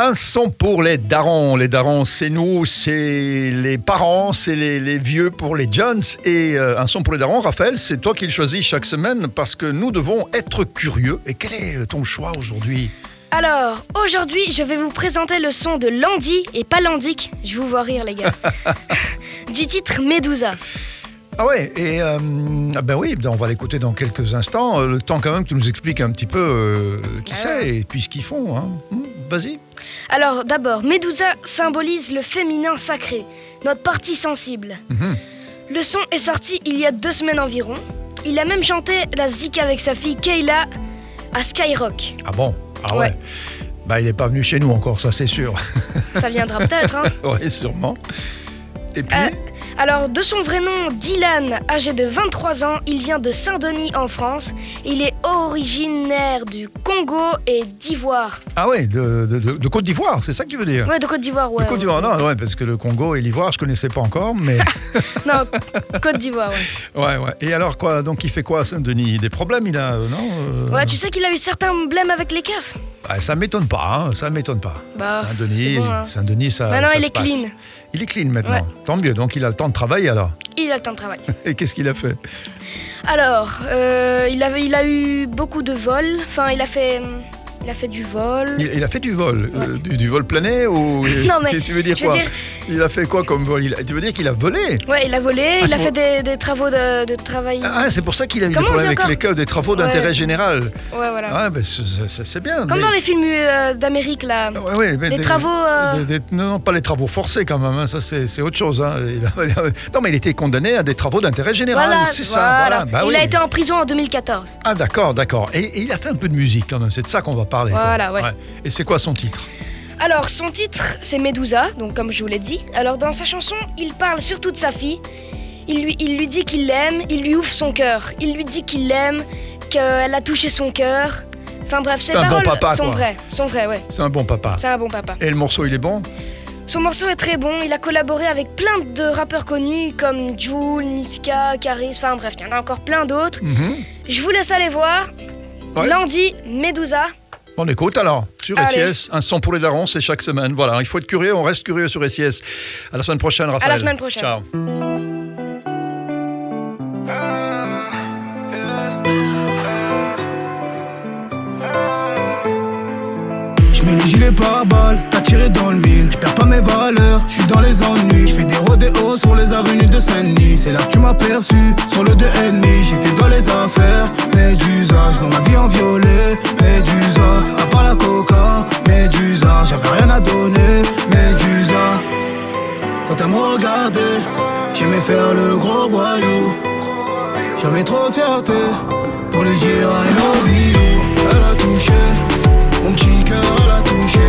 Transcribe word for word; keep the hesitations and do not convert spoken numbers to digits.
Un son pour les darons. Les darons, c'est nous, c'est les parents, c'est les, les vieux pour les jeunes. Et euh, un son pour les darons, Raphaël, c'est toi qui le choisis chaque semaine parce que nous devons être curieux. Et quel est ton choix aujourd'hui ? Alors, aujourd'hui, je vais vous présenter le son de Landy et pas Landic. Je vous vois rire, les gars. Du titre Medusa. Ah ouais, et euh, ah ben oui, on va l'écouter dans quelques instants. Le temps quand même que tu nous expliques un petit peu euh, qui ah c'est ouais. et puis ce qu'ils font. Hein. Vas-y. Alors d'abord, Medusa symbolise le féminin sacré, notre partie sensible. Mm-hmm. Le son est sorti il y a deux semaines environ. Il a même chanté la zik avec sa fille Kayla à Skyrock. Ah bon ? Ah ouais, ouais. Bah il n'est pas venu chez nous encore, ça c'est sûr. Ça viendra peut-être, hein. Ouais, sûrement. Et puis euh, Alors, de son vrai nom, Dylan, âgé de vingt-trois ans, il vient de Saint-Denis en France. Il est originaire du Congo et d'Ivoire. Ah ouais, de, de, de, de Côte d'Ivoire, c'est ça que tu veux dire ? Ouais, de Côte d'Ivoire, ouais. De Côte d'Ivoire, ouais, non, ouais, parce que le Congo et l'Ivoire, je connaissais pas encore, mais... Non, Côte d'Ivoire, ouais. Ouais, ouais. Et alors quoi, donc il fait quoi à Saint-Denis ? Des problèmes, il a, non euh... Ouais, tu sais qu'il a eu certains problèmes avec les keufs. Ah, ça m'étonne pas, hein, ça m'étonne pas. Bah, Saint-Denis, bon, hein. Saint-Denis, ça Maintenant, ça il se est passe. clean. Il est clean maintenant, ouais. Tant mieux, donc il a le temps de travailler alors. Il a le temps de travailler. Et qu'est-ce qu'il a fait ? Alors, euh, il, avait, il a eu beaucoup de vols, enfin il a fait... Il a fait du vol. Il, il a fait du vol, ouais. euh, du, du vol plané ou non mais tu veux dire je quoi veux dire... Il a fait quoi comme vol ? il a, Tu veux dire qu'il a volé ? Ouais, il a volé. Ah, il a pour... fait des, des travaux de, de travail. Ah, c'est pour ça qu'il a eu Comment des problèmes avec encore les keufs, des travaux d'intérêt ouais. général. Ouais, voilà. Ouais, ben c'est, c'est, c'est bien. Comme mais... dans les films euh, d'Amérique là. Ouais, ouais, les des, travaux. Euh... Des, des, non, non, pas les travaux forcés quand même. Hein, ça c'est, c'est autre chose. Hein. Il a, non, mais il était condamné à des travaux d'intérêt général. Voilà, c'est voilà. ça. Voilà. Bah, il oui. a été en prison en deux mille quatorze. Ah d'accord, d'accord. Et, et il a fait un peu de musique quand même. C'est de ça qu'on va parler. Voilà, ouais. ouais. Et c'est quoi son titre ? Alors, son titre, c'est Medusa, donc comme je vous l'ai dit. Alors, dans sa chanson, il parle surtout de sa fille. Il lui, il lui dit qu'il l'aime, il lui ouvre son cœur. Il lui dit qu'il l'aime, qu'elle a touché son cœur. Enfin bref, ses paroles bon papa, sont quoi. vraies. Sont vraies, ouais. C'est un bon papa. C'est un bon papa. Et le morceau, il est bon ? Son morceau est très bon. Il a collaboré avec plein de rappeurs connus comme Jul, Niska, Caris. Enfin bref, il y en a encore plein d'autres. Mm-hmm. Je vous laisse aller voir. Ouais. Landy, Medusa. On écoute alors, sur Allez. S I S, un son pour les darons, c'est chaque semaine. Voilà, il faut être curieux, on reste curieux sur S I S. À la semaine prochaine, Raphaël. À la semaine prochaine. Ciao. Je mets les gilets pare-balles, t'as tiré dans le mille. Je perds pas mes valeurs, je suis dans les ennuis. Je fais des rodéos sur les avenues de Seine-Denis. C'est là que tu m'as perçu, sur le deux et demi. J'étais dans les affaires, Medusa. Je vois ma vie en violet, Medusa. À part la coca, Medusa. J'avais rien à donner, Medusa. Quand elle me regardait, j'aimais faire le gros voyou. J'avais trop de fierté pour lui dire I love you. Elle a touché mon petit cœur, elle a touché.